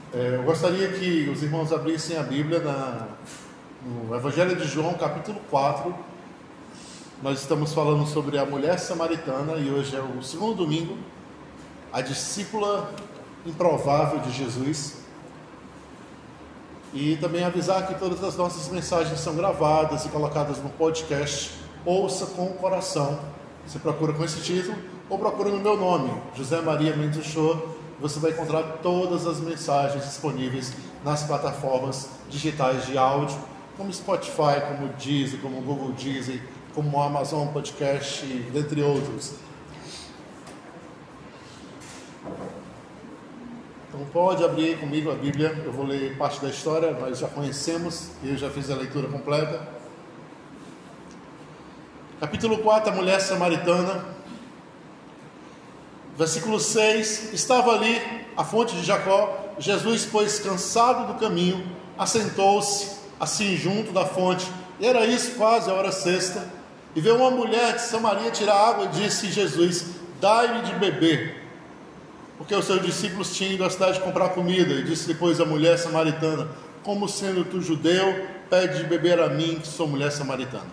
Eu gostaria que os irmãos abrissem a Bíblia no Evangelho de João, capítulo 4. Nós estamos falando sobre a mulher samaritana e hoje é o segundo domingo, a discípula improvável de Jesus. E também avisar que todas as nossas mensagens são gravadas e colocadas no podcast. Ouça com o coração. Você procura com esse título ou procura no meu nome, José Maria Mendes Uchoa. Você vai encontrar todas as mensagens disponíveis nas plataformas digitais de áudio, como Spotify, como Deezer, como Google Deezer, como Amazon Podcast, dentre outros. Então pode abrir comigo a Bíblia. Eu vou ler parte da história, nós já conhecemos, eu já fiz a leitura completa. Capítulo 4, a mulher samaritana. Versículo 6, estava ali a fonte de Jacó. Jesus, pois cansado do caminho, assentou-se assim junto da fonte. E era isso quase a hora sexta. E veio uma mulher de Samaria tirar água e disse: Jesus, dai-me de beber. Porque os seus discípulos tinham ido à cidade comprar comida. E disse depois a mulher samaritana: como sendo tu judeu, pede de beber a mim, que sou mulher samaritana.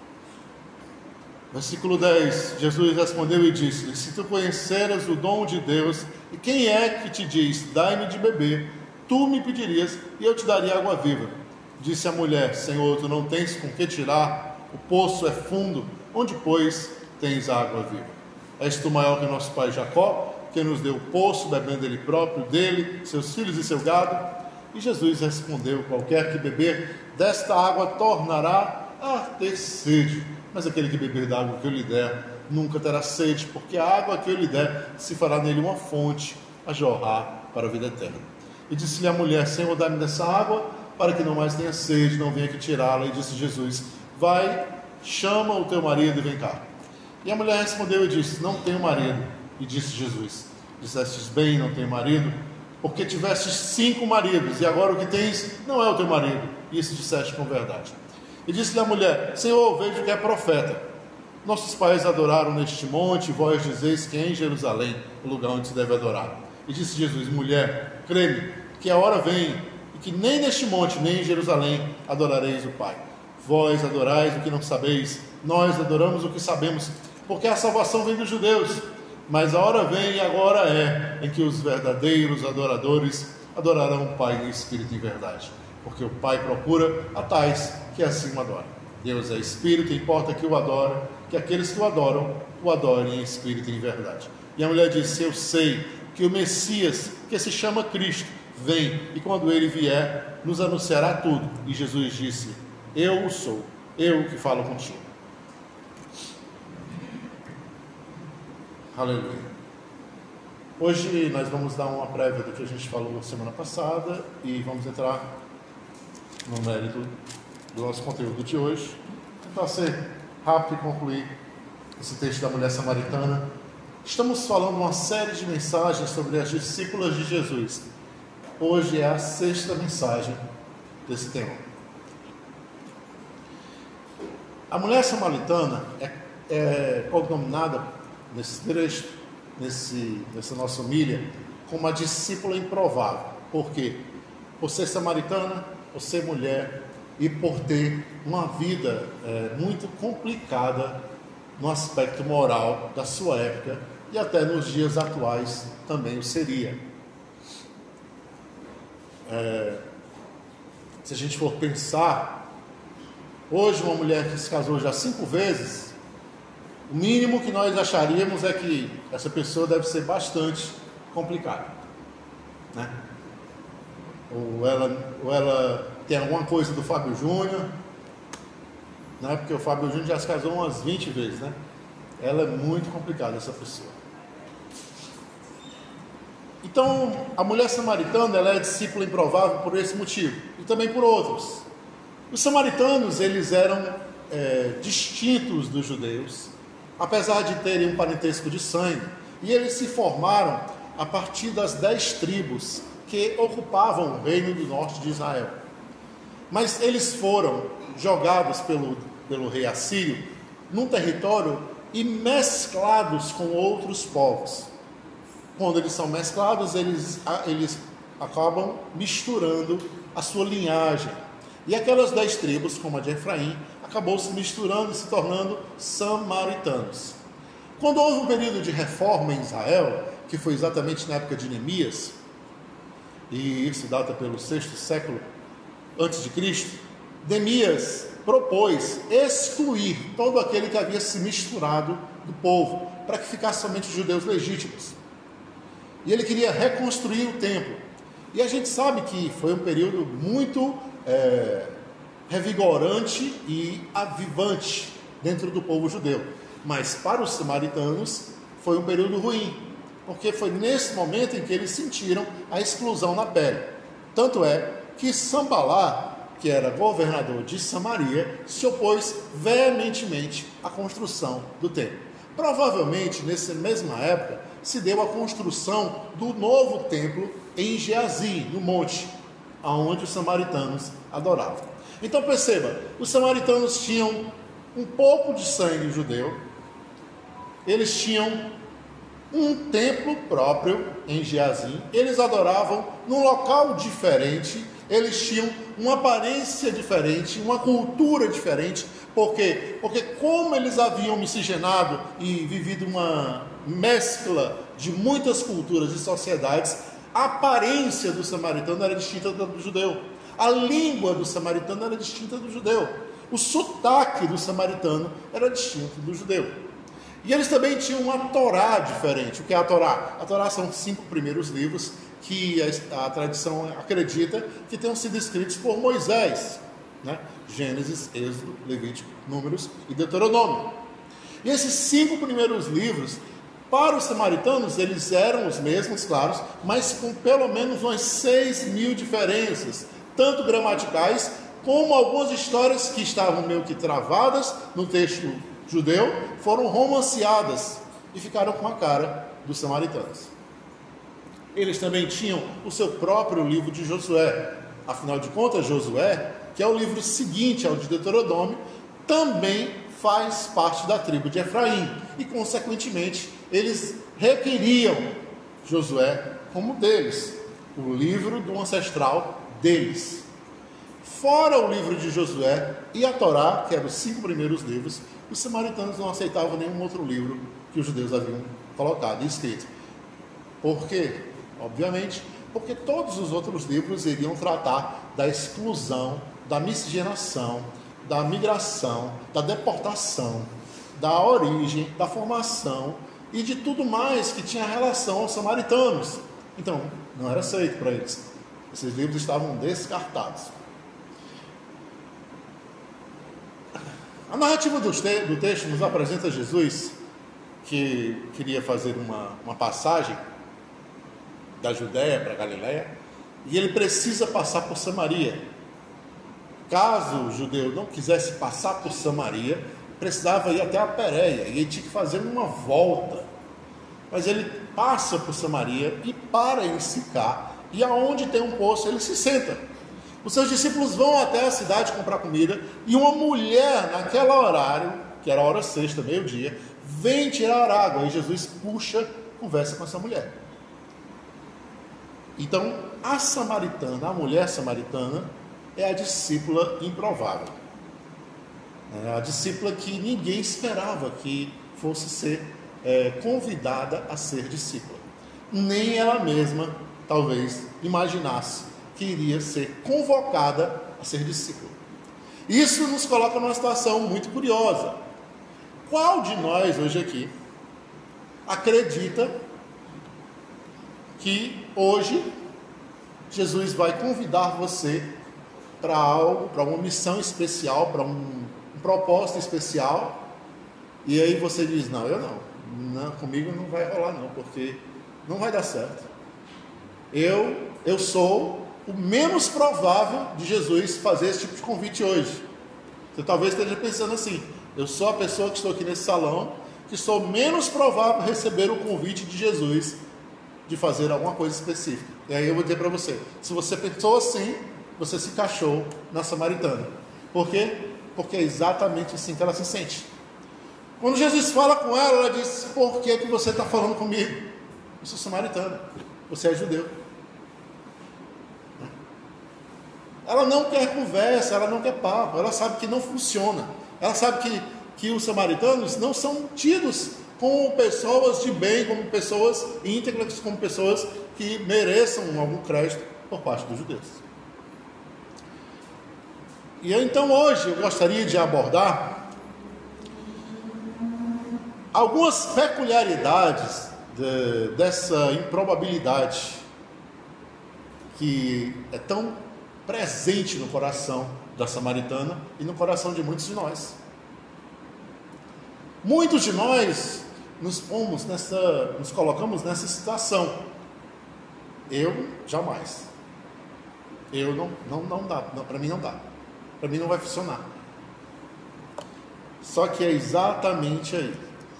Versículo 10, Jesus respondeu e disse: se tu conheceras o dom de Deus, e quem é que te diz, dai-me de beber, tu me pedirias, e eu te daria água viva. Disse a mulher: Senhor, tu não tens com que tirar, o poço é fundo, onde, pois, tens água viva? És tu maior que o nosso pai Jacó, que nos deu o poço, bebendo ele próprio, dele, seus filhos e seu gado? E Jesus respondeu: qualquer que beber desta água tornará a ter sede. Mas aquele que beber da água que eu lhe der, nunca terá sede, porque a água que eu lhe der se fará nele uma fonte a jorrar para a vida eterna. E disse-lhe a mulher: Senhor, dá-me dessa água, para que não mais tenha sede, não venha aqui tirá-la. E disse Jesus: vai, chama o teu marido e vem cá. E a mulher respondeu e disse: não tenho marido. E disse Jesus: dissestes bem, não tenho marido, porque tivestes 5 maridos, e agora o que tens não é o teu marido. Isso disseste com verdade. E disse-lhe a mulher: Senhor, vejo que é profeta. Nossos pais adoraram neste monte, e vós dizeis que é em Jerusalém o lugar onde se deve adorar. E disse Jesus: mulher, crê-me, que a hora vem, e que nem neste monte, nem em Jerusalém adorareis o Pai. Vós adorais o que não sabeis, nós adoramos o que sabemos, porque a salvação vem dos judeus. Mas a hora vem, e agora é, em que os verdadeiros adoradores adorarão o Pai em espírito e em verdade. Porque o Pai procura a tais que assim o adoram. Deus é espírito, importa que o adore, que aqueles que o adoram, o adorem em espírito e em verdade. E a mulher disse: eu sei que o Messias, que se chama Cristo, vem, e quando ele vier, nos anunciará tudo. E Jesus disse: eu o sou, eu que falo contigo. Aleluia. Hoje nós vamos dar uma prévia do que a gente falou semana passada e vamos entrar no mérito do nosso conteúdo de hoje. Tentar ser rápido e concluir esse texto da mulher samaritana. Estamos falando uma série de mensagens sobre as discípulas de Jesus. Hoje é a 6ª mensagem desse tema. A mulher samaritana é cognominada nesse trecho, nessa nossa homilia, como a discípula improvável. Por quê? Por ser samaritana, por ser mulher e por ter uma vida muito complicada no aspecto moral da sua época e até nos dias atuais também o seria. Se a gente for pensar, hoje uma mulher que se casou já 5 vezes, o mínimo que nós acharíamos é que essa pessoa deve ser bastante complicada, né? Ou ela tem alguma coisa do Fábio Júnior, né? Porque o Fábio Júnior já se casou umas 20 vezes, né? Ela é muito complicada, essa pessoa. Então, a mulher samaritana, ela é discípula improvável por esse motivo, e também por outros. Os samaritanos, eles eram distintos dos judeus, apesar de terem um parentesco de sangue, e eles se formaram a partir das 10 tribos que ocupavam o reino do norte de Israel. Mas eles foram jogados pelo rei assírio num território e mesclados com outros povos. Quando eles são mesclados, eles acabam misturando a sua linhagem. E aquelas 10 tribos, como a de Efraim, acabou se misturando e se tornando samaritanos. Quando houve um período de reforma em Israel, que foi exatamente na época de Neemias, e isso data pelo 6º século antes de Cristo, Neemias propôs excluir todo aquele que havia se misturado do povo, para que ficasse somente os judeus legítimos. E ele queria reconstruir o templo. E a gente sabe que foi um período muito revigorante e avivante dentro do povo judeu. Mas para os samaritanos foi um período ruim, porque foi nesse momento em que eles sentiram a exclusão na pele. Tanto é que Sanbalá, que era governador de Samaria, se opôs veementemente à construção do templo. Provavelmente, nessa mesma época, se deu a construção do novo templo em Geazi, no monte, aonde os samaritanos adoravam. Então perceba, os samaritanos tinham um pouco de sangue judeu, eles tinham um templo próprio em Geazi, eles adoravam num local diferente, eles tinham uma aparência diferente, uma cultura diferente. Por quê? Porque como eles haviam miscigenado e vivido uma mescla de muitas culturas e sociedades, a aparência do samaritano era distinta do judeu. A língua do samaritano era distinta do judeu. O sotaque do samaritano era distinto do judeu. E eles também tinham uma Torá diferente. O que é a Torá? A Torá são os 5 primeiros livros que a tradição acredita que tenham sido escritos por Moisés, né? Gênesis, Êxodo, Levítico, Números e Deuteronômio. E esses 5 primeiros livros, para os samaritanos, eles eram os mesmos, claro, mas com pelo menos umas 6.000 diferenças, tanto gramaticais, como algumas histórias que estavam meio que travadas no texto judeu, foram romanceadas e ficaram com a cara dos samaritanos. Eles também tinham o seu próprio livro de Josué. Afinal de contas, Josué, que é o livro seguinte ao de Deuteronômio, também faz parte da tribo de Efraim. E, consequentemente, eles requeriam Josué como deles, o livro do ancestral deles. Fora o livro de Josué e a Torá, que eram os 5 primeiros livros, os samaritanos não aceitavam nenhum outro livro que os judeus haviam colocado e escrito. Por quê? Obviamente, porque todos os outros livros iriam tratar da exclusão, da miscigenação, da migração, da deportação, da origem, da formação e de tudo mais que tinha relação aos samaritanos. Então, não era aceito para eles. Esses livros estavam descartados. A narrativa do texto nos apresenta Jesus, que queria fazer uma passagem da Judéia para a Galiléia, e ele precisa passar por Samaria. Caso o judeu não quisesse passar por Samaria, precisava ir até a Pérea, e ele tinha que fazer uma volta. Mas ele passa por Samaria e para em Sicar, e aonde tem um poço ele se senta. Os seus discípulos vão até a cidade comprar comida, e uma mulher naquele horário, que era a hora sexta, meio-dia, vem tirar água, e Jesus puxa, conversa com essa mulher. Então, a samaritana, a mulher samaritana, é a discípula improvável. É a discípula que ninguém esperava que fosse ser convidada a ser discípula. Nem ela mesma, talvez, imaginasse que iria ser convocada a ser discípula. Isso nos coloca numa situação muito curiosa. Qual de nós hoje aqui acredita que hoje Jesus vai convidar você para algo, para uma missão especial, para um propósito especial, e aí você diz, não, eu não, comigo não vai rolar não, porque não vai dar certo. Eu sou o menos provável de Jesus fazer esse tipo de convite hoje. Você talvez esteja pensando assim, eu sou a pessoa que estou aqui nesse salão, que sou menos provável de receber o convite de Jesus de fazer alguma coisa específica. E aí eu vou dizer para você, se você pensou assim, você se encaixou na samaritana. Por quê? Porque é exatamente assim que ela se sente. Quando Jesus fala com ela, ela diz, por que você está falando comigo? Eu sou samaritana, você é judeu. ela não quer conversa, ela não quer papo, ela sabe que não funciona. Ela sabe que os samaritanos não são tidos como pessoas de bem, como pessoas íntegras, como pessoas que mereçam algum crédito por parte dos judeus. E então hoje eu gostaria de abordar algumas peculiaridades dessa improbabilidade que é tão presente no coração da samaritana e no coração de muitos de nós. Muitos de nós nos colocamos nessa situação. Eu jamais. Eu não dá. Para mim não dá. Para mim não vai funcionar. Só que é exatamente aí.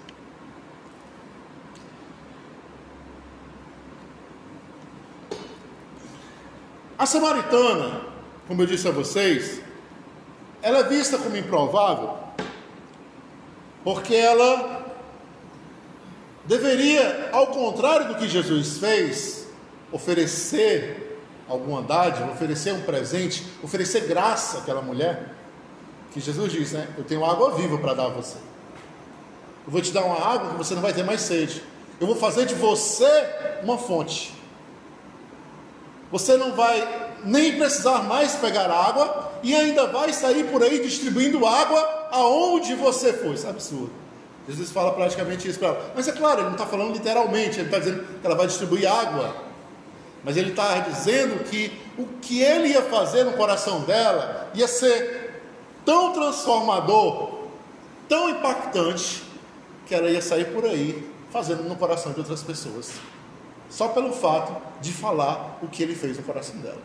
A samaritana, como eu disse a vocês, ela é vista como improvável, porque ela deveria, ao contrário do que Jesus fez, oferecer alguma dádiva, oferecer um presente, oferecer graça àquela mulher, que Jesus diz, né? Eu tenho água viva para dar a você. Eu vou te dar uma água que você não vai ter mais sede. Eu vou fazer de você uma fonte. Você não vai nem precisar mais pegar água e ainda vai sair por aí distribuindo água aonde você for. Isso é absurdo. Jesus fala praticamente isso para ela. Mas é claro, ele não está falando literalmente, ele está dizendo que ela vai distribuir água. Mas ele está dizendo que o que ele ia fazer no coração dela ia ser tão transformador, tão impactante, que ela ia sair por aí fazendo no coração de outras pessoas. Só pelo fato de falar o que ele fez no coração dela.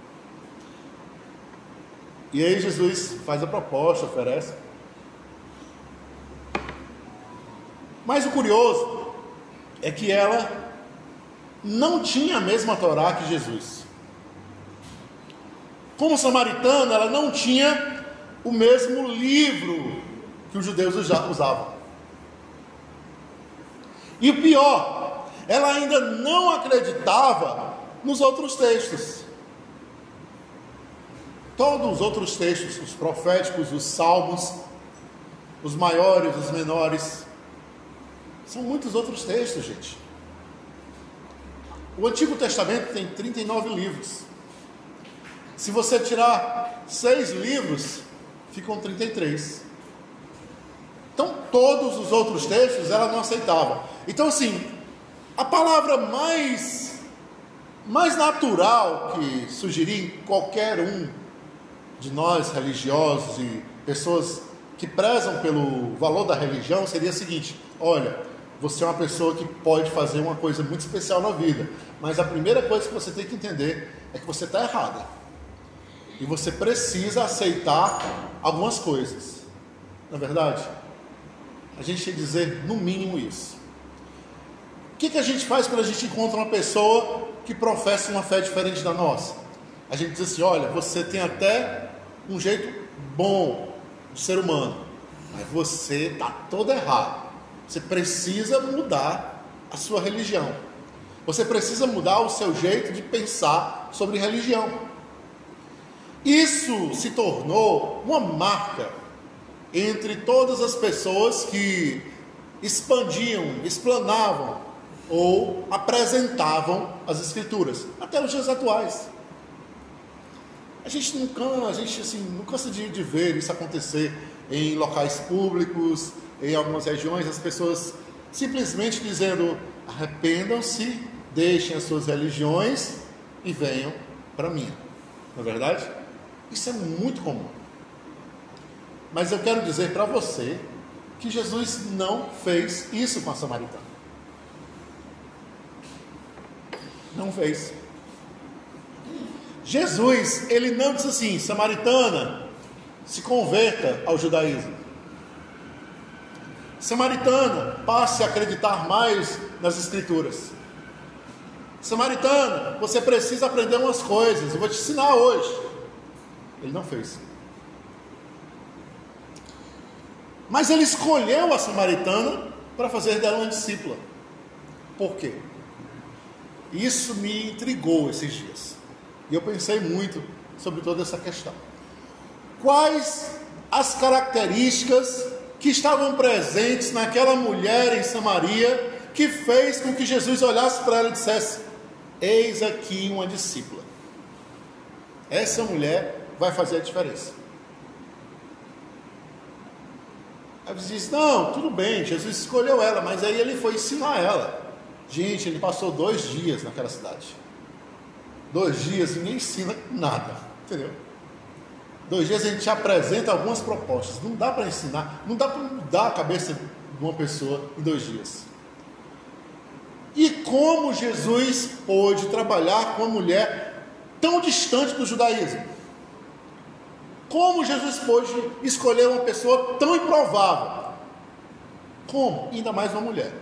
E aí Jesus faz a proposta, oferece. Mas o curioso é que ela não tinha a mesma Torá que Jesus. Como samaritana, ela não tinha o mesmo livro que os judeus usavam. E o pior, ela ainda não acreditava nos outros textos. Todos os outros textos, os proféticos, os salmos, os maiores, os menores, são muitos outros textos, gente. O Antigo Testamento tem 39 livros. Se você tirar 6 livros, ficam 33. Então, todos os outros textos ela não aceitava. Então, assim, a palavra mais natural que surgiria em qualquer um de nós religiosos e pessoas que prezam pelo valor da religião seria a seguinte: olha, você é uma pessoa que pode fazer uma coisa muito especial na vida, mas a primeira coisa que você tem que entender é que você está errada e você precisa aceitar algumas coisas. Não é verdade? A gente tem que dizer no mínimo isso. O que a gente faz quando a gente encontra uma pessoa que professa uma fé diferente da nossa? A gente diz assim: olha, você tem até um jeito bom de ser humano, mas você está todo errado. Você precisa mudar a sua religião. Você precisa mudar o seu jeito de pensar sobre religião. Isso se tornou uma marca entre todas as pessoas que expandiam, explanavam ou apresentavam as Escrituras, até os dias atuais. A gente não cansa de ver isso acontecer em locais públicos, em algumas regiões, as pessoas simplesmente dizendo: arrependam-se, deixem as suas religiões e venham para mim. Não é verdade? Isso é muito comum. Mas eu quero dizer para você que Jesus não fez isso com a samaritana. Não fez. Jesus, ele não disse assim: samaritana, se converta ao judaísmo. Samaritana, passe a acreditar mais nas Escrituras. Samaritana, você precisa aprender umas coisas, eu vou te ensinar hoje. Ele não fez. Mas ele escolheu a samaritana para fazer dela uma discípula. Por quê? Isso me intrigou esses dias. E eu pensei muito sobre toda essa questão. Quais as características que estavam presentes naquela mulher em Samaria que fez com que Jesus olhasse para ela e dissesse: eis aqui uma discípula. Essa mulher vai fazer a diferença. Aí você diz: não, tudo bem, Jesus escolheu ela, mas aí ele foi ensinar ela. Gente, ele passou 2 dias naquela cidade. 2 dias ninguém ensina nada, entendeu? 2 dias a gente apresenta algumas propostas. Não dá para ensinar, não dá para mudar a cabeça de uma pessoa em 2 dias. E como Jesus pôde trabalhar com uma mulher tão distante do judaísmo? Como Jesus pôde escolher uma pessoa tão improvável? Como? Ainda mais uma mulher.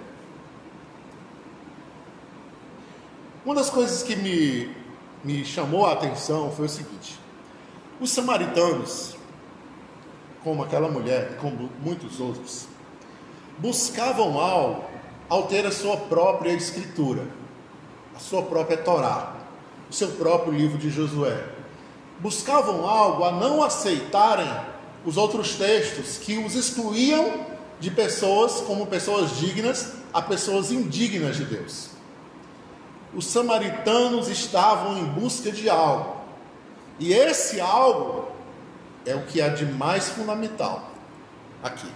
Uma das coisas que me chamou a atenção foi o seguinte: os samaritanos, como aquela mulher, como muitos outros, buscavam algo ao ter a sua própria escritura, a sua própria Torá, o seu próprio livro de Josué. Buscavam algo a não aceitarem os outros textos que os excluíam de pessoas como pessoas dignas a pessoas indignas de Deus. Os samaritanos estavam em busca de algo, e esse algo é o que há de mais fundamental aqui.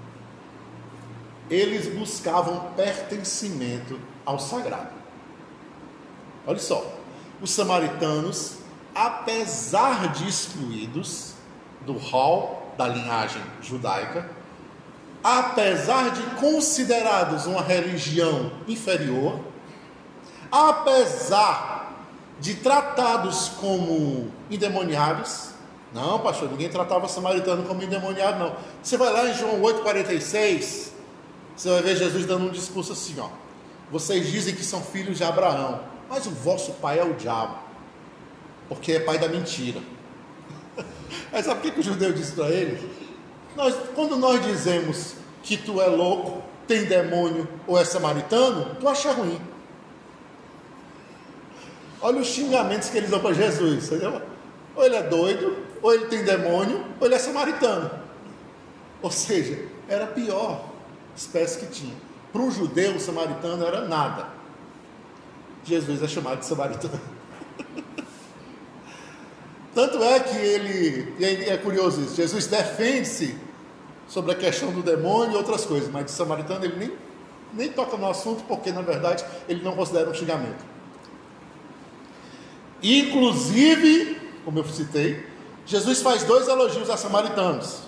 Eles buscavam pertencimento ao sagrado. Olha só, os samaritanos, apesar de excluídos do hall da linhagem judaica, apesar de considerados uma religião inferior, apesar de tratados como endemoniados. Não, pastor, ninguém tratava samaritano como endemoniado, não. Você vai lá em João 8,46, você vai ver Jesus dando um discurso assim, ó: vocês dizem que são filhos de Abraão, mas o vosso pai é o diabo, porque é pai da mentira. Aí sabe o que o judeu disse para ele? Quando nós dizemos que tu é louco, tem demônio ou é samaritano, tu acha ruim. Olha os xingamentos que eles dão para Jesus, entendeu? Ou ele é doido, ou ele tem demônio, ou ele é samaritano. Ou seja, era a pior espécie que tinha. Para um judeu, o samaritano era nada. Jesus é chamado de samaritano. Tanto é que ele, e é curioso isso, Jesus defende-se sobre a questão do demônio e outras coisas, mas de samaritano ele nem toca no assunto, porque na verdade ele não considera um xingamento. Inclusive, como eu citei, Jesus faz 2 elogios a samaritanos,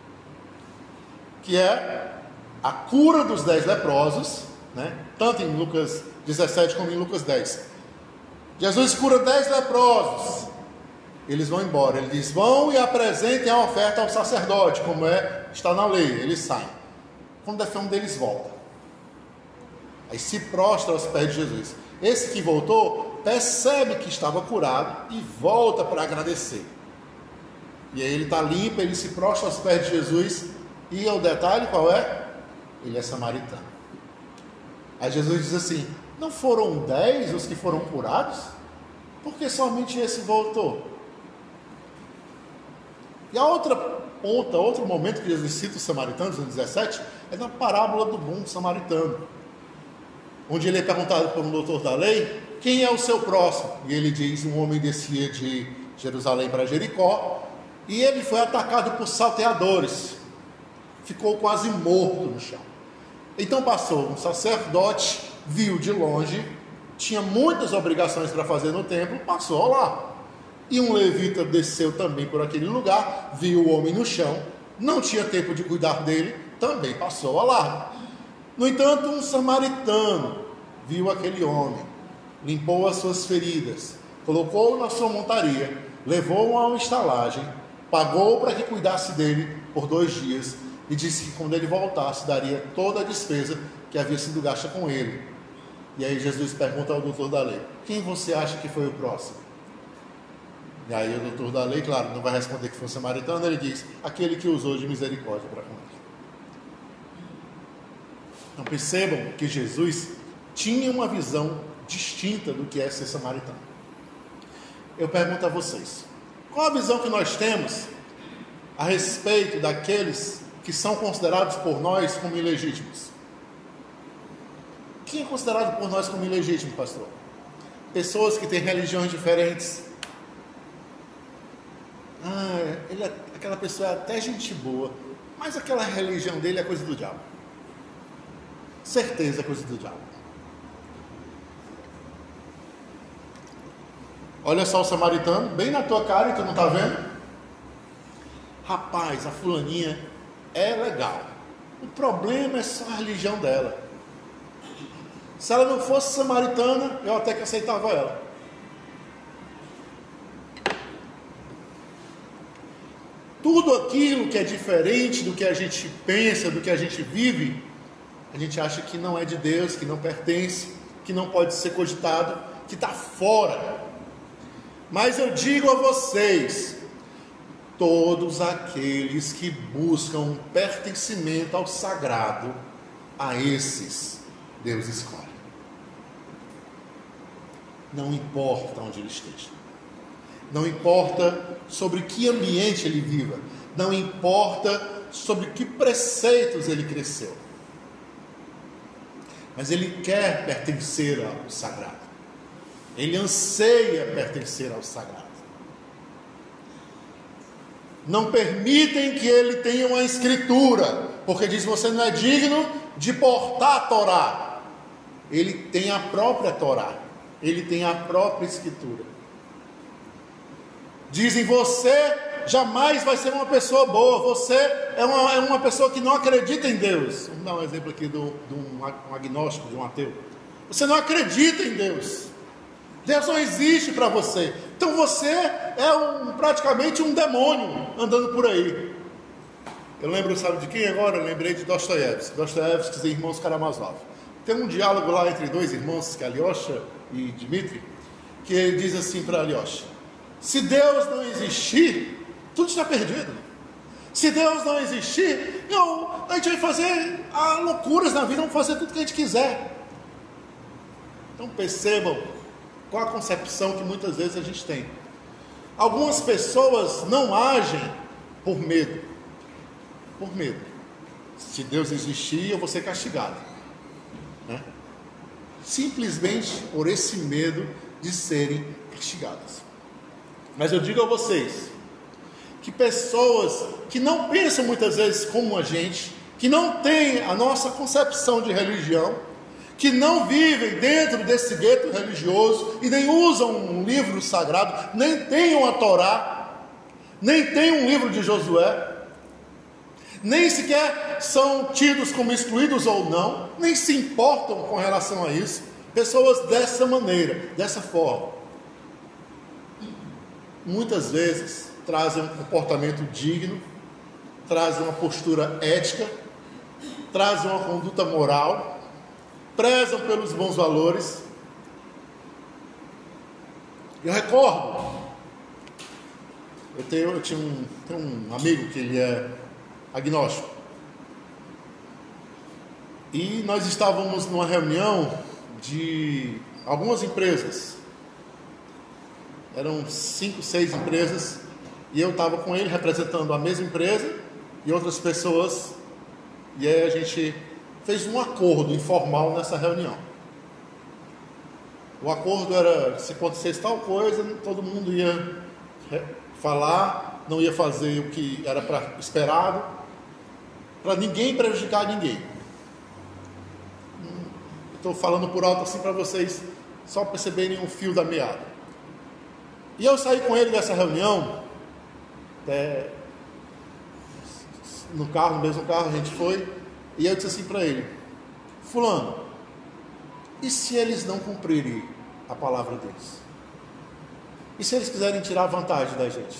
que é a cura dos 10 leprosos, né? Tanto em Lucas 17 como em Lucas 10. Jesus cura 10 leprosos, eles vão embora, ele diz: vão e apresentem a oferta ao sacerdote, como está na lei. Eles saem. Quando é um deles volta, aí se prostra aos pés de Jesus. Esse que voltou percebe que estava curado e volta para agradecer. E aí ele está limpo, ele se prostra aos pés de Jesus. E o detalhe qual é? Ele é samaritano. Aí Jesus diz assim: não foram 10 os que foram curados? Por que somente esse voltou? E a outra ponta, outro momento que Jesus cita os samaritanos, no 17, é na parábola do bom samaritano, onde ele é perguntado por um doutor da lei: quem é o seu próximo? E ele diz: um homem descia de Jerusalém para Jericó, e ele foi atacado por salteadores, ficou quase morto no chão. Então passou um sacerdote, viu de longe, tinha muitas obrigações para fazer no templo, passou lá. E um levita desceu também por aquele lugar, viu o homem no chão, não tinha tempo de cuidar dele, também passou ao largo. No entanto, um samaritano viu aquele homem, limpou as suas feridas, colocou-o na sua montaria, levou-o a uma estalagem, pagou para que cuidasse dele por 2 dias e disse que quando ele voltasse daria toda a despesa que havia sido gasta com ele. E aí Jesus pergunta ao doutor da lei: quem você acha que foi o próximo? E aí o doutor da lei, claro, não vai responder que foi o samaritano, ele diz: aquele que usou de misericórdia para com ele. Então percebam que Jesus tinha uma visão distinta do que é ser samaritano. Eu pergunto a vocês: Qual a visão que nós temos a respeito daqueles que são considerados por nós como ilegítimos? Quem é considerado por nós como ilegítimo, pastor? Pessoas que têm religiões diferentes. Aquela pessoa é até gente boa, mas aquela religião dele é coisa do diabo. Certeza é coisa do diabo. Olha só o samaritano, bem na tua cara, e tu não está vendo? Rapaz, a fulaninha é legal. O problema é só a religião dela. Se ela não fosse samaritana, eu até que aceitava ela. Tudo aquilo que é diferente do que a gente pensa, do que a gente vive, a gente acha que não é de Deus, que não pertence, que não pode ser cogitado, que está fora. Mas eu digo a vocês, todos aqueles que buscam um pertencimento ao sagrado, a esses Deus escolhe. Não importa onde ele esteja, não importa sobre que ambiente ele viva, não importa sobre que preceitos ele cresceu, mas ele quer pertencer ao sagrado, ele anseia pertencer ao sagrado. Não permitem que ele tenha uma escritura, porque diz: você não é digno de portar a Torá. Ele tem a própria Torá, ele tem a própria escritura. Dizem: você jamais vai ser uma pessoa boa, você é uma pessoa que não acredita em Deus. Vamos dar um exemplo aqui de um agnóstico, de um ateu. Você não acredita em Deus, Deus não existe para você, então você é praticamente um demônio andando por aí. Eu lembro, sabe de quem agora? Eu lembrei de Dostoiévski e irmãos Karamazov. Tem um diálogo lá entre dois irmãos, que é Alyosha e Dmitri, que ele diz assim para Alyosha: se Deus não existir, tudo está perdido. Se Deus não existir, a gente vai fazer loucuras na vida, vamos fazer tudo que a gente quiser. Então percebam qual a concepção que muitas vezes a gente tem. Algumas pessoas não agem por medo. Por medo. Se Deus existir, eu vou ser castigado, né? Simplesmente por esse medo de serem castigadas. Mas eu digo a vocês que pessoas que não pensam muitas vezes como a gente, que não têm a nossa concepção de religião, que não vivem dentro desse gueto religioso e nem usam um livro sagrado, nem têm a Torá, nem têm um livro de Josué, nem sequer são tidos como excluídos ou não, nem se importam com relação a isso. Pessoas dessa maneira, dessa forma, muitas vezes trazem um comportamento digno, trazem uma postura ética, trazem uma conduta moral, prezam pelos bons valores. Eu recordo, eu tinha um amigo que ele é agnóstico, e nós estávamos numa reunião de algumas empresas, eram 5, 6 empresas, e eu estava com ele representando a mesma empresa e outras pessoas, e aí a gente fez um acordo informal nessa reunião. O acordo era: se acontecesse tal coisa, todo mundo ia falar, não ia fazer o que era esperado, para ninguém prejudicar ninguém. Estou falando por alto assim para vocês só perceberem um fio da meada. E eu saí com ele dessa reunião, no mesmo carro a gente foi, e eu disse assim para ele: fulano, e se eles não cumprirem a palavra deles? E se eles quiserem tirar vantagem da gente?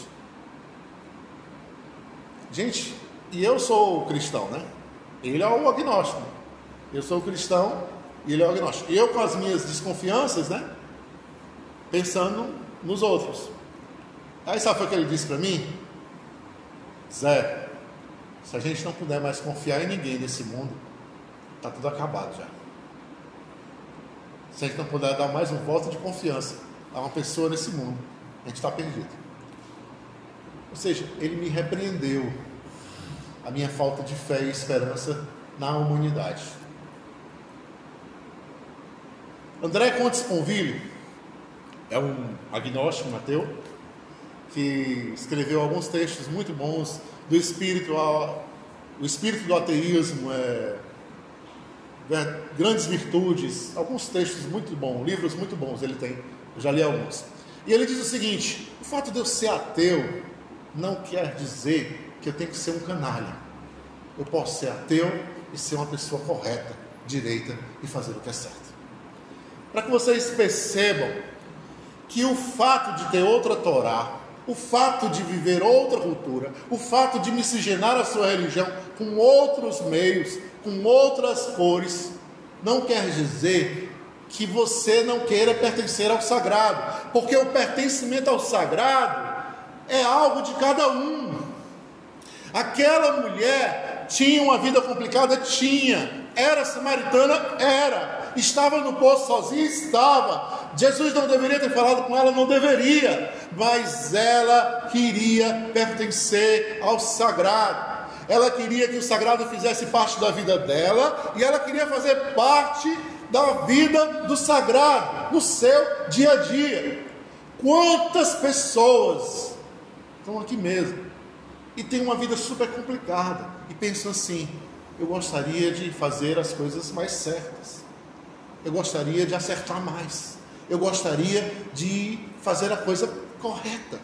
Gente, e eu sou o cristão, né? Ele é o agnóstico. Eu sou o cristão e ele é o agnóstico. E eu, com as minhas desconfianças, né? Pensando nos outros. Aí sabe o que ele disse para mim? Zé, se a gente não puder mais confiar em ninguém nesse mundo, está tudo acabado já. Se a gente não puder dar mais um voto de confiança a uma pessoa nesse mundo, a gente está perdido. Ou seja, ele me repreendeu a minha falta de fé e esperança na humanidade. André Comte Sponville é um agnóstico, um ateu, que escreveu alguns textos muito bons do espírito, o espírito do ateísmo, grandes virtudes, alguns textos muito bons, livros muito bons ele tem, eu já li alguns. E ele diz o seguinte: o fato de eu ser ateu não quer dizer que eu tenho que ser um canalha. Eu posso ser ateu e ser uma pessoa correta, direita e fazer o que é certo. Para que vocês percebam que o fato de ter outra Torá, o fato de viver outra cultura, o fato de miscigenar a sua religião com outros meios, com outras cores, não quer dizer que você não queira pertencer ao sagrado, porque o pertencimento ao sagrado é algo de cada um. Aquela mulher tinha uma vida complicada? Tinha. Era samaritana? Era. Estava no poço sozinha? Estava. Jesus não deveria ter falado com ela? Não deveria. Mas ela queria pertencer ao sagrado. Ela queria que o sagrado fizesse parte da vida dela, e ela queria fazer parte da vida do sagrado no seu dia a dia. Quantas pessoas estão aqui mesmo e têm uma vida super complicada e pensam assim: eu gostaria de fazer as coisas mais certas, eu gostaria de acertar mais, eu gostaria de fazer a coisa correta.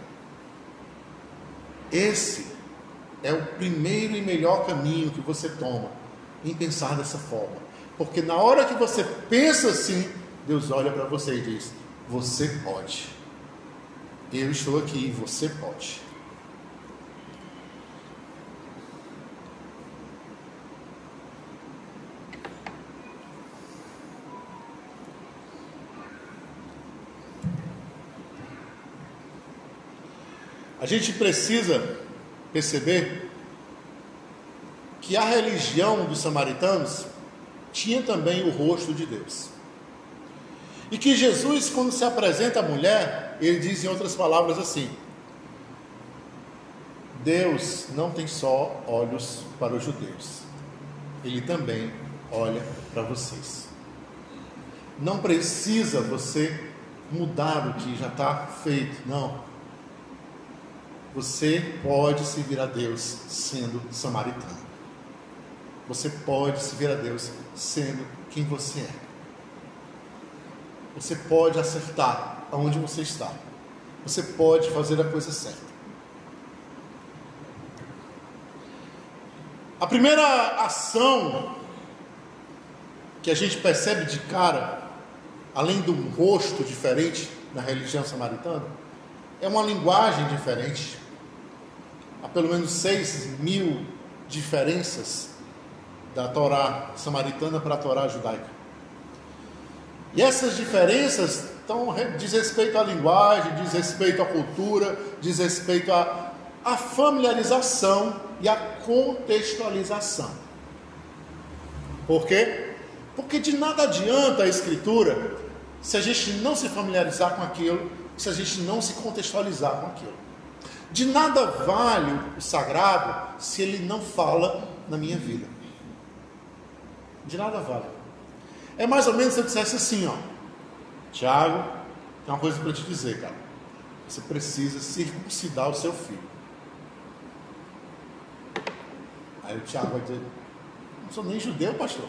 Esse é o primeiro e melhor caminho que você toma, em pensar dessa forma. Porque na hora que você pensa assim, Deus olha para você e diz: você pode. Eu estou aqui, você pode. A gente precisa perceber que a religião dos samaritanos tinha também o rosto de Deus. E que Jesus, quando se apresenta à mulher, ele diz em outras palavras assim: Deus não tem só olhos para os judeus, Ele também olha para vocês. Não precisa você mudar o que já está feito, não. Você pode servir a Deus sendo samaritano. Você pode servir a Deus sendo quem você é. Você pode acertar aonde você está. Você pode fazer a coisa certa. A primeira ação que a gente percebe de cara, além do rosto diferente na religião samaritana, é uma linguagem diferente. Há pelo menos 6.000 diferenças da Torá samaritana para a Torá judaica. E essas diferenças diz respeito à linguagem, diz respeito à cultura, diz respeito à familiarização e à contextualização. Por quê? Porque de nada adianta a Escritura se a gente não se familiarizar com aquilo, se a gente não se contextualizar com aquilo. De nada vale o sagrado se ele não fala na minha vida. De nada vale. É mais ou menos se eu dissesse assim, ó: Tiago, tem uma coisa para te dizer, cara. Você precisa circuncidar o seu filho. Aí o Tiago vai dizer: não sou nem judeu, pastor.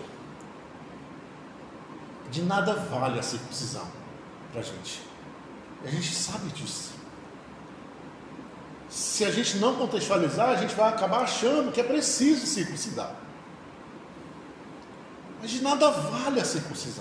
De nada vale a circuncisão para a gente. A gente sabe disso. Se a gente não contextualizar, a gente vai acabar achando que é preciso circuncidar. Mas de nada vale a circuncisão.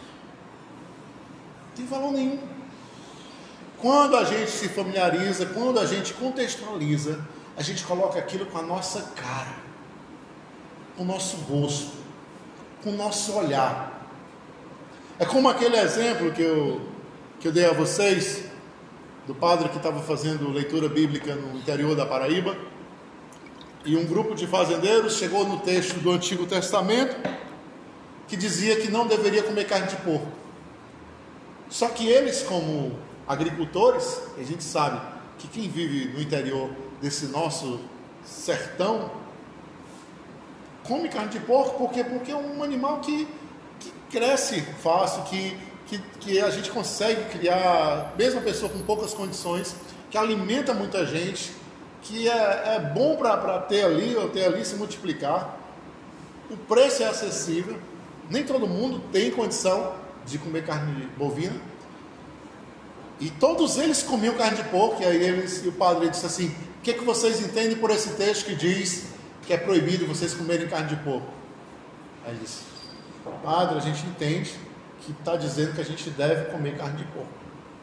Não tem valor nenhum. Quando a gente se familiariza, quando a gente contextualiza, a gente coloca aquilo com a nossa cara, com o nosso rosto, com o nosso olhar. É como aquele exemplo que eu dei a vocês, do padre que estava fazendo leitura bíblica no interior da Paraíba, e um grupo de fazendeiros chegou no texto do Antigo Testamento que dizia que não deveria comer carne de porco. Só que eles, como agricultores, a gente sabe que quem vive no interior desse nosso sertão come carne de porco, porque é um animal que cresce fácil, que a gente consegue criar, mesmo a pessoa com poucas condições, que alimenta muita gente, que é bom para ter ali ou ter ali se multiplicar. O preço é acessível, nem todo mundo tem condição de comer carne bovina. E todos eles comiam carne de porco, e o padre disse assim: o que vocês entendem por esse texto que diz que é proibido vocês comerem carne de porco? Aí ele disse: padre, a gente entende que está dizendo que a gente deve comer carne de porco.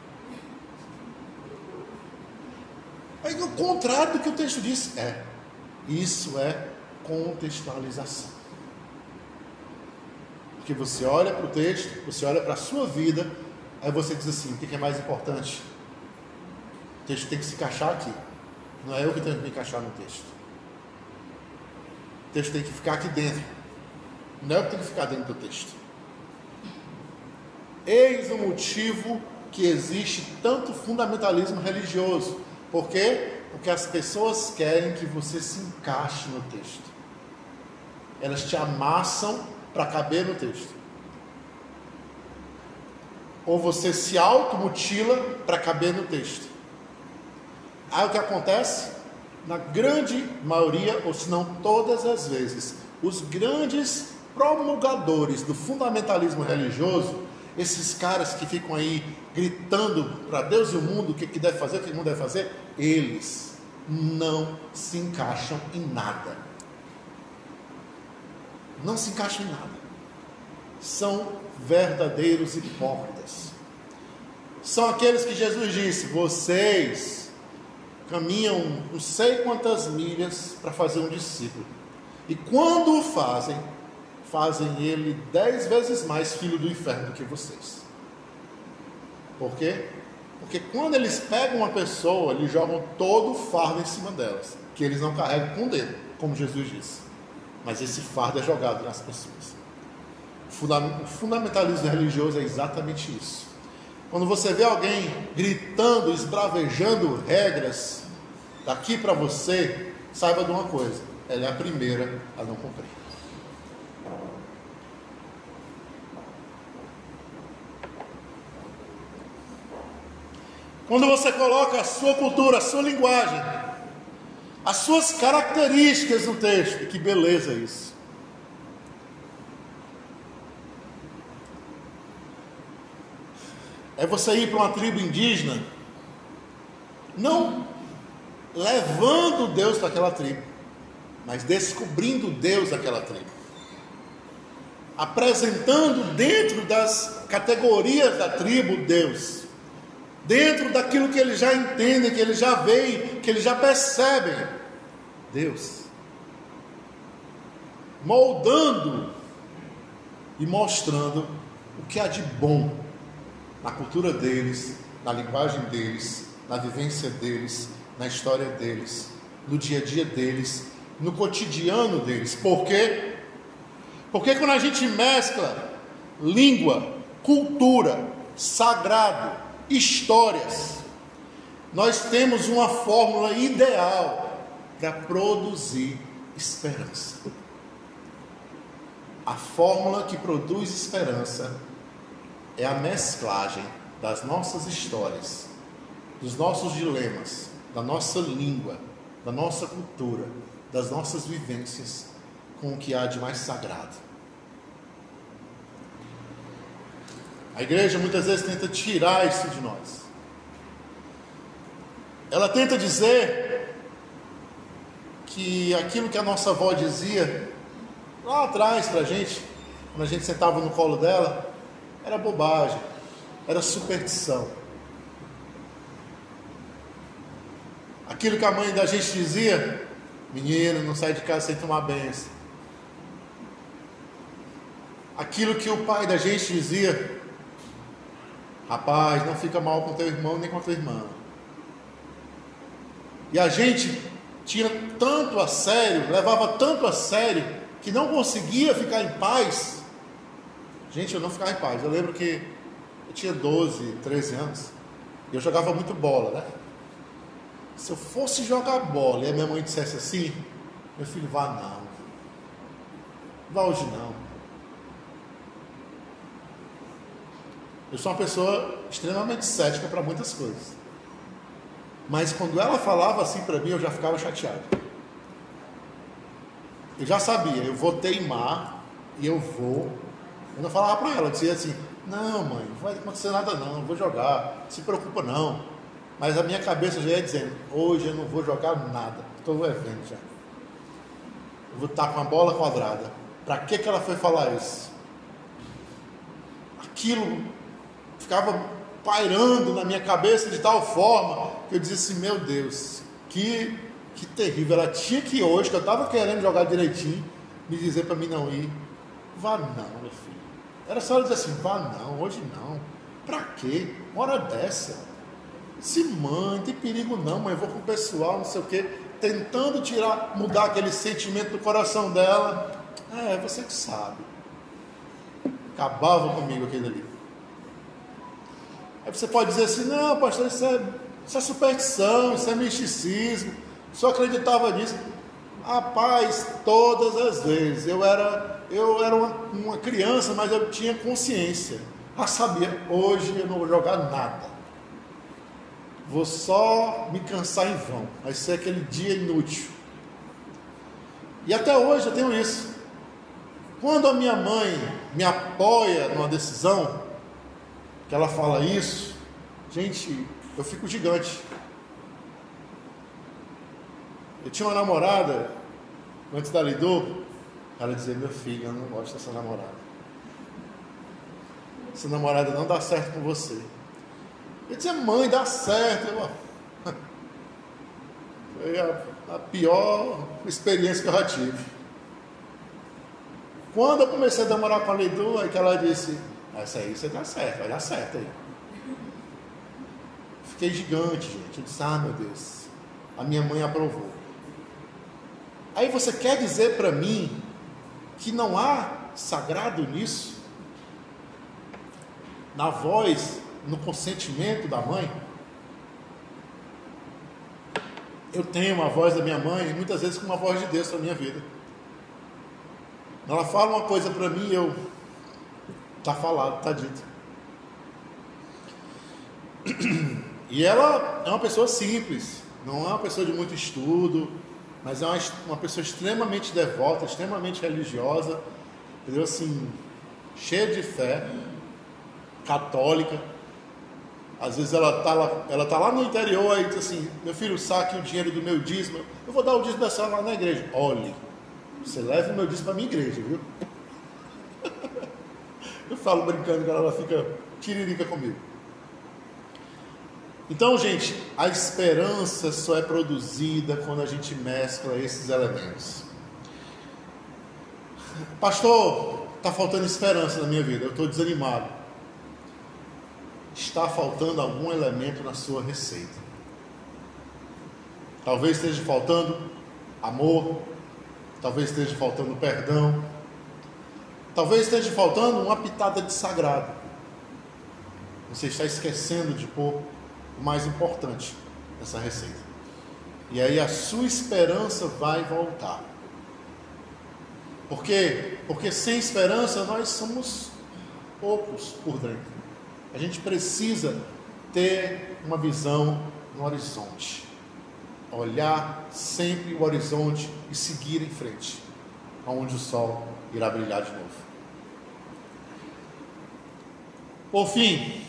Aí, o contrário do que o texto diz, isso é contextualização. Porque você olha para o texto, você olha para a sua vida, aí você diz assim: o que é mais importante? O texto tem que se encaixar aqui. Não é eu que tenho que me encaixar no texto. O texto tem que ficar aqui dentro. Não é eu que tenho que ficar dentro do texto. Eis o motivo que existe tanto fundamentalismo religioso. Por quê? Porque as pessoas querem que você se encaixe no texto. Elas te amassam para caber no texto. Ou você se automutila para caber no texto. Aí o que acontece? Na grande maioria, ou se não todas as vezes, os grandes promulgadores do fundamentalismo religioso, esses caras que ficam aí gritando para Deus e o mundo o que deve fazer, o que não deve fazer, eles não se encaixam em nada. Não se encaixam em nada. São verdadeiros hipócritas. São aqueles que Jesus disse: vocês caminham não sei quantas milhas para fazer um discípulo, e quando o fazem ele 10 vezes mais filho do inferno do que vocês. Por quê? Porque quando eles pegam uma pessoa, eles jogam todo o fardo em cima delas, que eles não carregam com o dedo, como Jesus disse, mas esse fardo é jogado nas pessoas. O fundamentalismo religioso é exatamente isso. Quando você vê alguém gritando, esbravejando regras daqui para você, saiba de uma coisa: ela é a primeira a não cumprir. Quando você coloca a sua cultura, a sua linguagem, as suas características no texto, que beleza isso. É você ir para uma tribo indígena, não levando Deus para aquela tribo, mas descobrindo Deus daquela tribo, apresentando dentro das categorias da tribo Deus, dentro daquilo que eles já entendem, que eles já veem, que eles já percebem, Deus, moldando e mostrando o que há de bom na cultura deles, na linguagem deles, na vivência deles, na história deles, no dia a dia deles, no cotidiano deles. Por quê? Porque quando a gente mescla língua, cultura, sagrado, histórias, nós temos uma fórmula ideal para produzir esperança. A fórmula que produz esperança é a mesclagem das nossas histórias, dos nossos dilemas, da nossa língua, da nossa cultura, das nossas vivências com o que há de mais sagrado. A igreja muitas vezes tenta tirar isso de nós. Ela tenta dizer que aquilo que a nossa avó dizia lá atrás para a gente, quando a gente sentava no colo dela, era bobagem, era superstição. Aquilo que a mãe da gente dizia: menino, não sai de casa sem tomar bênção. Aquilo que o pai da gente dizia: rapaz, não fica mal com teu irmão nem com a tua irmã. E a gente tinha tanto a sério, levava tanto a sério, que não conseguia ficar em paz. Gente, eu não ficava em paz. Eu lembro que eu tinha 12, 13 anos, e eu jogava muito bola, né? Se eu fosse jogar bola e a minha mãe dissesse assim, meu filho, vá não. Vá hoje não. Eu sou uma pessoa extremamente cética para muitas coisas. Mas quando ela falava assim para mim, eu já ficava chateado. Eu já sabia, eu vou teimar e eu vou. Eu não falava para ela, eu dizia assim, não mãe, não vai acontecer nada não, eu vou jogar, não se preocupa não. Mas a minha cabeça já ia dizendo, hoje eu não vou jogar nada, estou vendo já. Eu vou estar com a bola quadrada. Para que ela foi falar isso? Aquilo ficava pairando na minha cabeça de tal forma que eu dizia assim, meu Deus, que terrível. Ela tinha que hoje, que eu estava querendo jogar direitinho, me dizer para mim não ir. Vá não, meu filho. Era só ela dizer assim, vá não, hoje não. Para quê? Uma hora dessa. Se mãe, não tem perigo não, mãe, eu vou com o pessoal, não sei o quê, tentando mudar aquele sentimento do coração dela. Você que sabe. Acabava comigo aquele ali. Aí você pode dizer assim, não, pastor, isso é superstição, isso é misticismo, só acreditava nisso. Rapaz, todas as vezes, eu era uma criança, mas eu tinha consciência. Sabia, hoje eu não vou jogar nada. Vou só me cansar em vão. Vai ser aquele dia inútil. E até hoje eu tenho isso. Quando a minha mãe me apoia numa decisão, que ela fala isso, gente, eu fico gigante. Eu tinha uma namorada, antes da Lidô, ela dizia, meu filho, eu não gosto dessa namorada. Essa namorada não dá certo com você. Eu dizia, mãe, dá certo. Foi a pior experiência que eu já tive. Quando eu comecei a namorar com a Lidô, aí que ela disse, essa aí você dá certo, vai dar certo aí. Fiquei gigante, gente. Eu disse, meu Deus, a minha mãe aprovou. Aí você quer dizer para mim que não há sagrado nisso? Na voz, no consentimento da mãe? Eu tenho a voz da minha mãe, muitas vezes com uma voz de Deus para a minha vida. Ela fala uma coisa para mim, está falado, está dito. E ela é uma pessoa simples, não é uma pessoa de muito estudo, mas é uma pessoa extremamente devota, extremamente religiosa, entendeu? Assim, cheia de fé, católica. Às vezes ela tá lá no interior, aí diz assim, meu filho, saque o dinheiro do meu dízimo, eu vou dar o dízimo dessa lá na igreja. Olhe, você leva o meu dízimo para a minha igreja, viu? Eu falo brincando que ela fica tiririca comigo. Então, gente, a esperança só é produzida quando a gente mescla esses elementos. Pastor, está faltando esperança na minha vida, eu estou desanimado. Está faltando algum elemento na sua receita. Talvez esteja faltando amor, talvez esteja faltando perdão, talvez esteja faltando uma pitada de sagrado. Você está esquecendo de pôr o mais importante nessa receita. E aí a sua esperança vai voltar. Por quê? Porque sem esperança nós somos poucos por dentro. A gente precisa ter uma visão no horizonte. Olhar sempre o horizonte e seguir em frente, aonde o sol irá brilhar de novo. Por fim,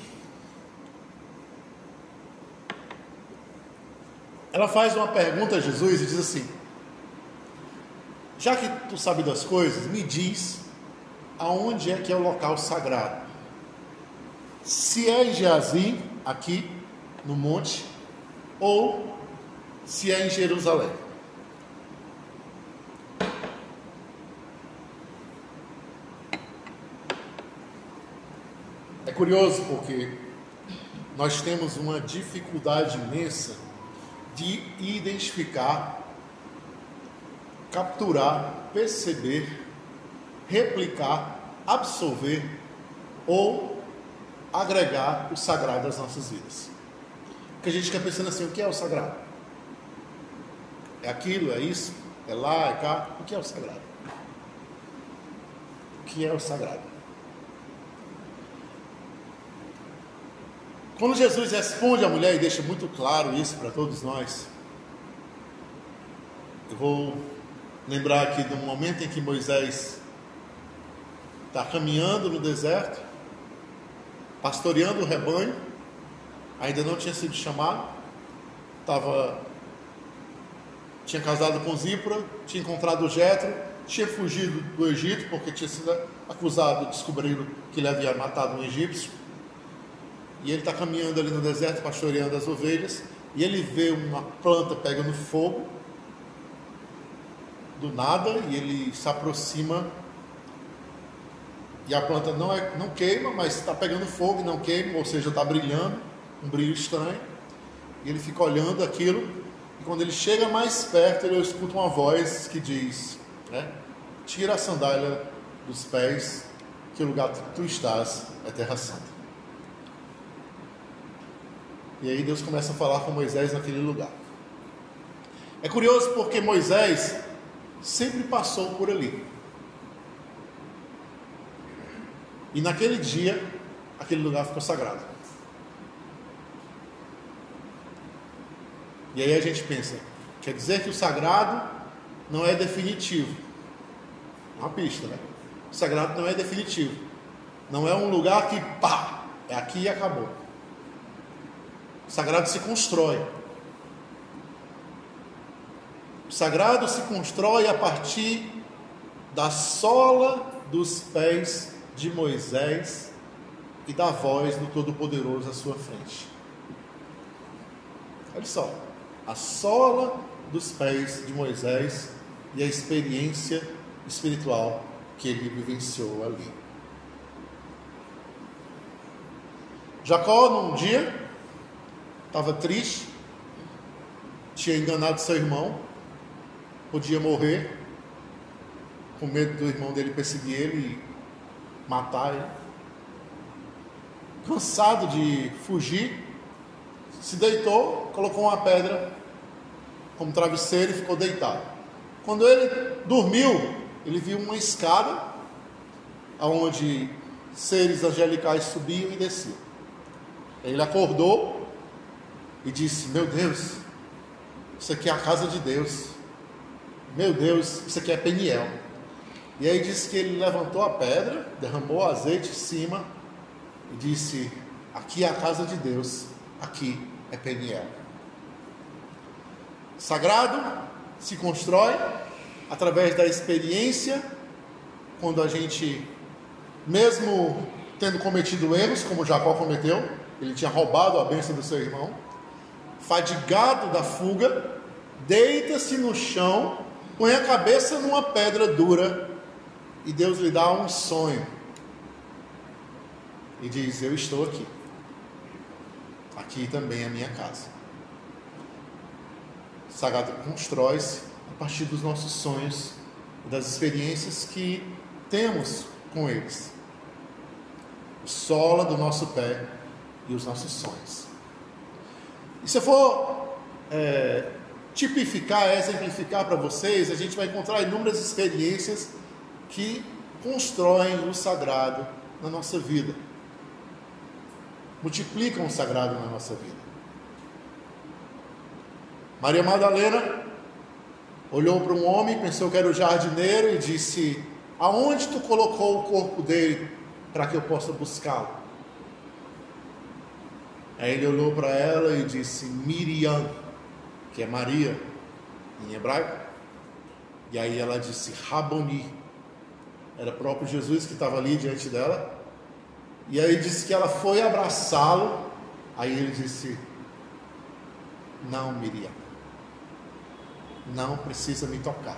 ela faz uma pergunta a Jesus e diz assim: já que tu sabe das coisas, me diz aonde é que é o local sagrado. Se é em Geazim, aqui no monte, ou se é em Jerusalém. É curioso porque nós temos uma dificuldade imensa de identificar, capturar, perceber, replicar, absorver ou agregar o sagrado às nossas vidas. Porque a gente fica pensando assim, o que é o sagrado? É aquilo, é isso, é lá, é cá. O que é o sagrado? O que é o sagrado? Quando Jesus responde à mulher e deixa muito claro isso para todos nós, eu vou lembrar aqui do momento em que Moisés está caminhando no deserto, pastoreando o rebanho, ainda não tinha sido chamado, tinha casado com Zípora, tinha encontrado Jetro, tinha fugido do Egito, porque tinha sido acusado, descobriram que ele havia matado um egípcio, e ele está caminhando ali no deserto, pastoreando as ovelhas, e ele vê uma planta pegando fogo, do nada, e ele se aproxima, e a planta não queima, mas está pegando fogo e não queima, ou seja, está brilhando, um brilho estranho, e ele fica olhando aquilo, e quando ele chega mais perto, ele escuta uma voz que diz, tira a sandália dos pés, que o lugar que tu estás é terra santa. E aí Deus começa a falar com Moisés naquele lugar. É curioso porque Moisés sempre passou por ali. E naquele dia, aquele lugar ficou sagrado. E aí a gente pensa, quer dizer que o sagrado não é definitivo. É uma pista, né? O sagrado não é definitivo. Não é um lugar que, é aqui e acabou. O sagrado se constrói. O sagrado se constrói a partir da sola dos pés de Moisés e da voz do Todo-Poderoso à sua frente. Olha só, a sola dos pés de Moisés e a experiência espiritual que ele vivenciou ali. Jacó, num dia, estava triste, tinha enganado seu irmão, podia morrer, com medo do irmão dele perseguir ele e matar ele. Cansado de fugir, se deitou, colocou uma pedra como travesseiro e ficou deitado. Quando ele dormiu, ele viu uma escada onde seres angelicais subiam e desciam. Ele acordou e disse: meu Deus, isso aqui é a casa de Deus. Meu Deus, isso aqui é Peniel. E aí disse que ele levantou a pedra, derramou azeite em cima e disse: aqui é a casa de Deus, aqui é Peniel. Sagrado se constrói através da experiência, quando a gente, mesmo tendo cometido erros, como Jacó cometeu, ele tinha roubado a bênção do seu irmão, fadigado da fuga, deita-se no chão, põe a cabeça numa pedra dura e Deus lhe dá um sonho e diz: eu estou aqui, aqui também é a minha casa. O sagrado constrói-se a partir dos nossos sonhos e das experiências que temos com eles, o sola do nosso pé e os nossos sonhos. E se eu for tipificar, exemplificar para vocês, a gente vai encontrar inúmeras experiências que constroem o sagrado na nossa vida, multiplicam o sagrado na nossa vida. Maria Madalena olhou para um homem, pensou que era o jardineiro e disse: aonde tu colocou o corpo dele para que eu possa buscá-lo? Aí ele olhou para ela e disse: Miriam, que é Maria em hebraico. E aí ela disse: Raboni. Era próprio Jesus que estava ali diante dela. E aí disse que ela foi abraçá-lo. Aí ele disse: não, Miriam, não precisa me tocar.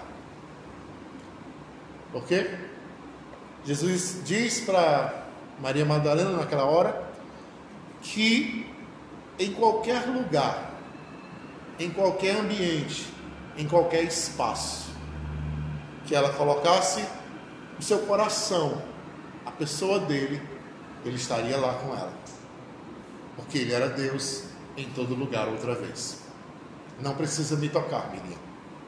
Por quê? Jesus diz para Maria Madalena naquela hora que em qualquer lugar, em qualquer ambiente, em qualquer espaço que ela colocasse o seu coração, a pessoa dele, ele estaria lá com ela, porque ele era Deus em todo lugar outra vez. Não precisa me tocar, Miriam.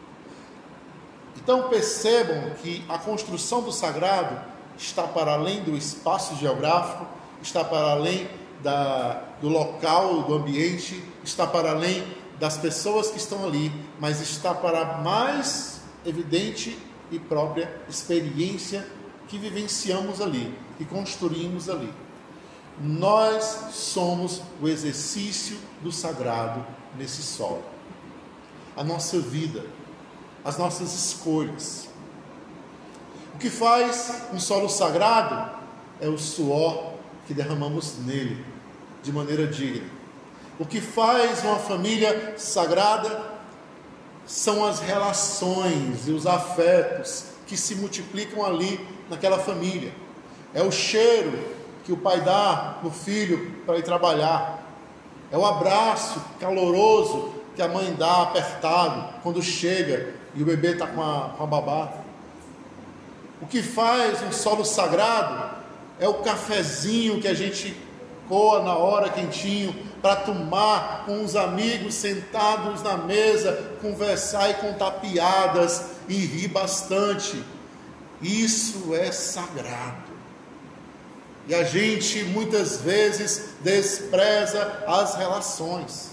Então percebam que a construção do sagrado está para além do espaço geográfico, está para além do local, do ambiente, está para além das pessoas que estão ali, mas está para a mais evidente e própria experiência que vivenciamos ali, que construímos ali. Nós somos o exercício do sagrado nesse solo. A nossa vida, as nossas escolhas. O que faz um solo sagrado é o suor que derramamos nele, de maneira digna. O que faz uma família sagrada são as relações e os afetos que se multiplicam ali naquela família. É o cheiro que o pai dá no filho para ir trabalhar. É o abraço caloroso que a mãe dá apertado quando chega e o bebê está com a babá. O que faz um solo sagrado é o cafezinho que a gente coa na hora quentinho para tomar com os amigos sentados na mesa, conversar e contar piadas e rir bastante. Isso é sagrado. E a gente muitas vezes despreza as relações.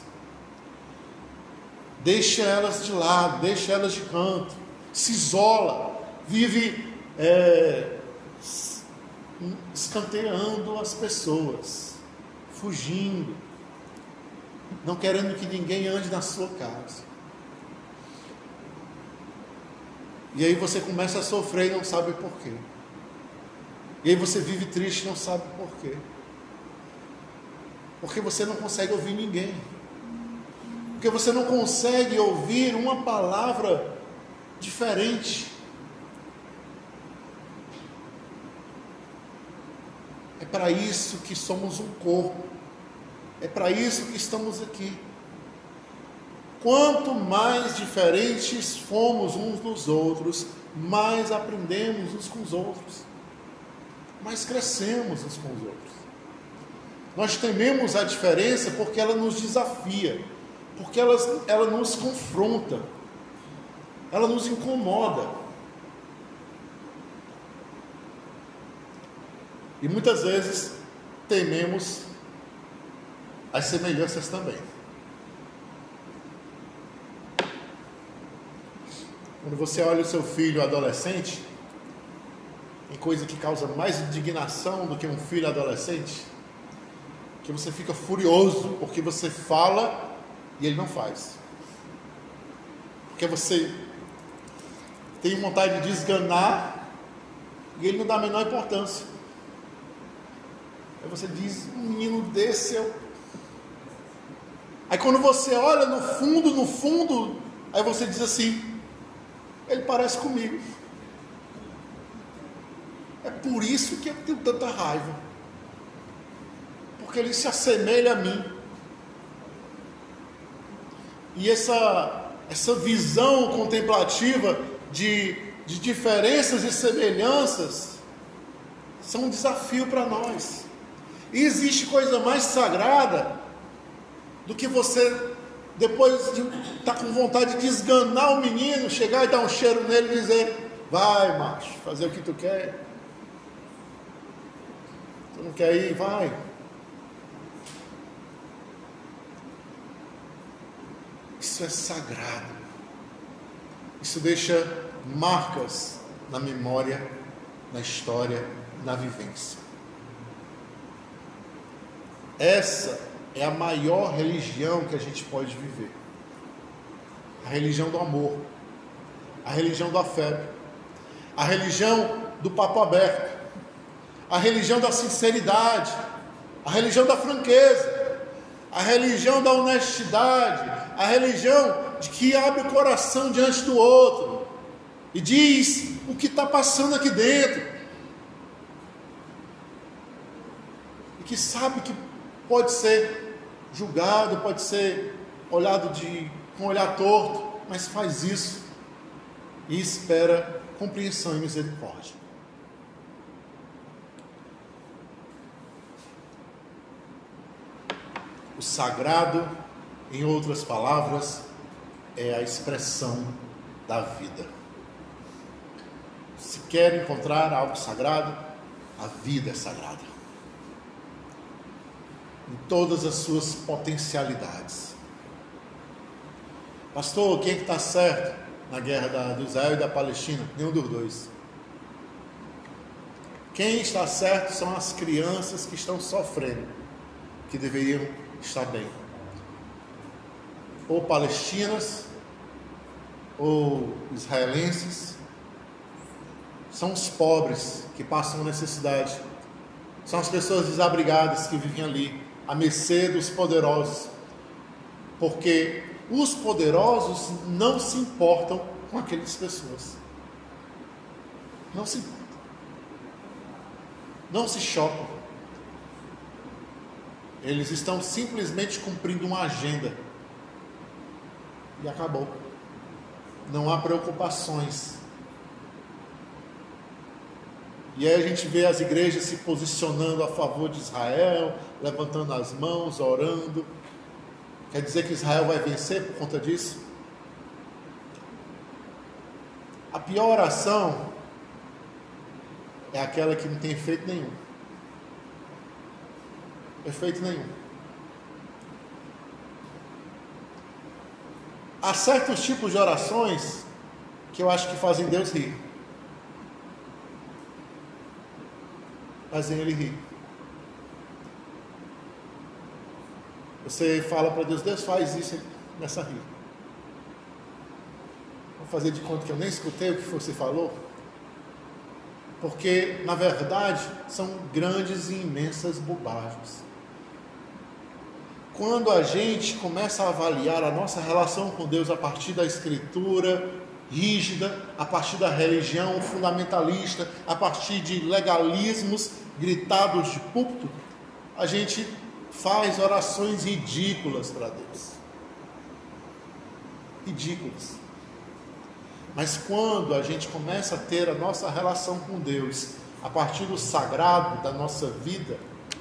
Deixa elas de lado, deixa elas de canto, se isola, vive escanteando as pessoas, fugindo, não querendo que ninguém ande na sua casa. E aí você começa a sofrer e não sabe por quê. E aí você vive triste e não sabe por quê. Porque você não consegue ouvir ninguém. Porque você não consegue ouvir uma palavra diferente. É para isso que somos um corpo. É para isso que estamos aqui. Quanto mais diferentes fomos uns dos outros, mais aprendemos uns com os outros. Mais crescemos uns com os outros. Nós tememos a diferença porque ela nos desafia. Porque ela nos confronta, ela nos incomoda. E muitas vezes tememos as semelhanças também. Quando você olha o seu filho adolescente, tem coisa que causa mais indignação do que um filho adolescente, que você fica furioso porque você fala e ele não faz. Porque você tem vontade de esganar e ele não dá a menor importância. Aí você diz, um menino desse Aí quando você olha no fundo, aí você diz assim, ele parece comigo. É por isso que eu tenho tanta raiva. Porque ele se assemelha a mim. E essa visão contemplativa de diferenças e semelhanças são um desafio para nós. E existe coisa mais sagrada do que você, depois de estar com vontade de esganar o menino, chegar e dar um cheiro nele e dizer, vai macho, fazer o que tu quer. Tu não quer ir? Vai. Isso é sagrado. Isso deixa marcas na memória, na história, na vivência. Essa é a maior religião que a gente pode viver. A religião do amor. A religião do afeto. A religião do papo aberto. A religião da sinceridade. A religião da franqueza. A religião da honestidade. A religião de que abre o coração diante do outro e diz o que está passando aqui dentro, e que sabe que pode ser julgado, pode ser olhado com um olhar torto, mas faz isso e espera compreensão e misericórdia. O sagrado, em outras palavras, é a expressão da vida. Se quer encontrar algo sagrado, a vida é sagrada. Em todas as suas potencialidades. Pastor, quem é que está certo na guerra do Israel e da Palestina? Nenhum dos dois. Quem está certo são as crianças que estão sofrendo, que deveriam estar bem. Ou palestinas, ou israelenses. São os pobres que passam necessidade. São as pessoas desabrigadas que vivem ali, à mercê dos poderosos. Porque os poderosos não se importam com aquelas pessoas. Não se importam. Não se chocam. Eles estão simplesmente cumprindo uma agenda. E acabou. Não há preocupações. E aí a gente vê as igrejas se posicionando a favor de Israel, levantando as mãos, orando. Quer dizer que Israel vai vencer por conta disso? A pior oração é aquela que não tem efeito nenhum. Efeito nenhum. Há certos tipos de orações que eu acho que fazem Deus rir. Fazem Ele rir. Você fala para Deus, Deus faz isso, Ele começa a rir. Vou fazer de conta que eu nem escutei o que você falou. Porque, na verdade, são grandes e imensas bobagens. Quando a gente começa a avaliar a nossa relação com Deus a partir da Escritura rígida, a partir da religião fundamentalista, a partir de legalismos gritados de púlpito, a gente faz orações ridículas para Deus. Ridículas. Mas quando a gente começa a ter a nossa relação com Deus a partir do sagrado da nossa vida,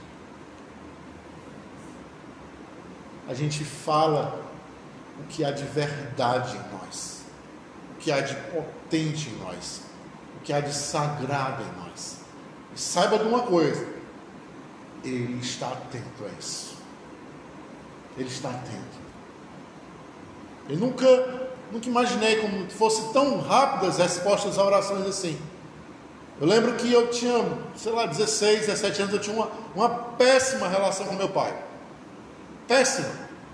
a gente fala o que há de verdade em nós, o que há de potente em nós, o que há de sagrado em nós. E saiba de uma coisa, Ele está atento a isso. Ele está atento. Eu nunca imaginei como fosse tão rápidas as respostas a orações assim. Eu lembro que eu tinha, 16, 17 anos, eu tinha uma péssima relação com meu pai. Péssima.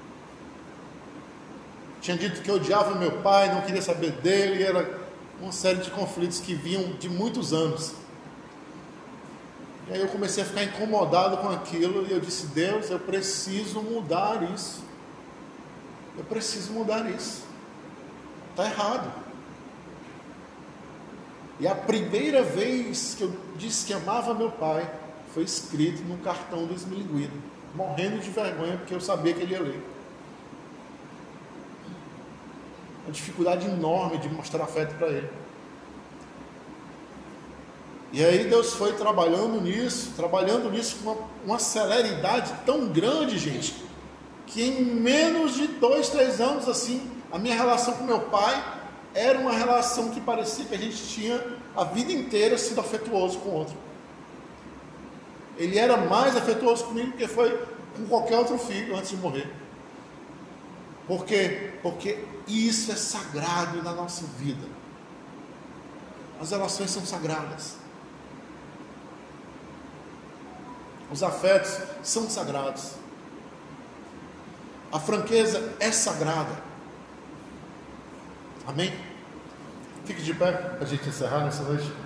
Tinha dito que eu odiava meu pai, não queria saber dele, era uma série de conflitos que vinham de muitos anos. E aí eu comecei a ficar incomodado com aquilo, e eu disse, Deus, eu preciso mudar isso. Eu preciso mudar isso. Está errado. E a primeira vez que eu disse que amava meu pai, foi escrito no cartão do esmilinguido, morrendo de vergonha, porque eu sabia que ele ia ler. Uma dificuldade enorme de mostrar afeto para ele. E aí Deus foi trabalhando nisso com uma celeridade tão grande, gente, que em menos de 2, 3 anos, assim, a minha relação com meu pai era uma relação que parecia que a gente tinha a vida inteira sido afetuoso com o outro. Ele era mais afetuoso comigo do que foi com qualquer outro filho antes de morrer. Por quê? Porque isso é sagrado na nossa vida. As relações são sagradas. Os afetos são sagrados. A franqueza é sagrada. Amém? Fique de pé para a gente encerrar nessa noite.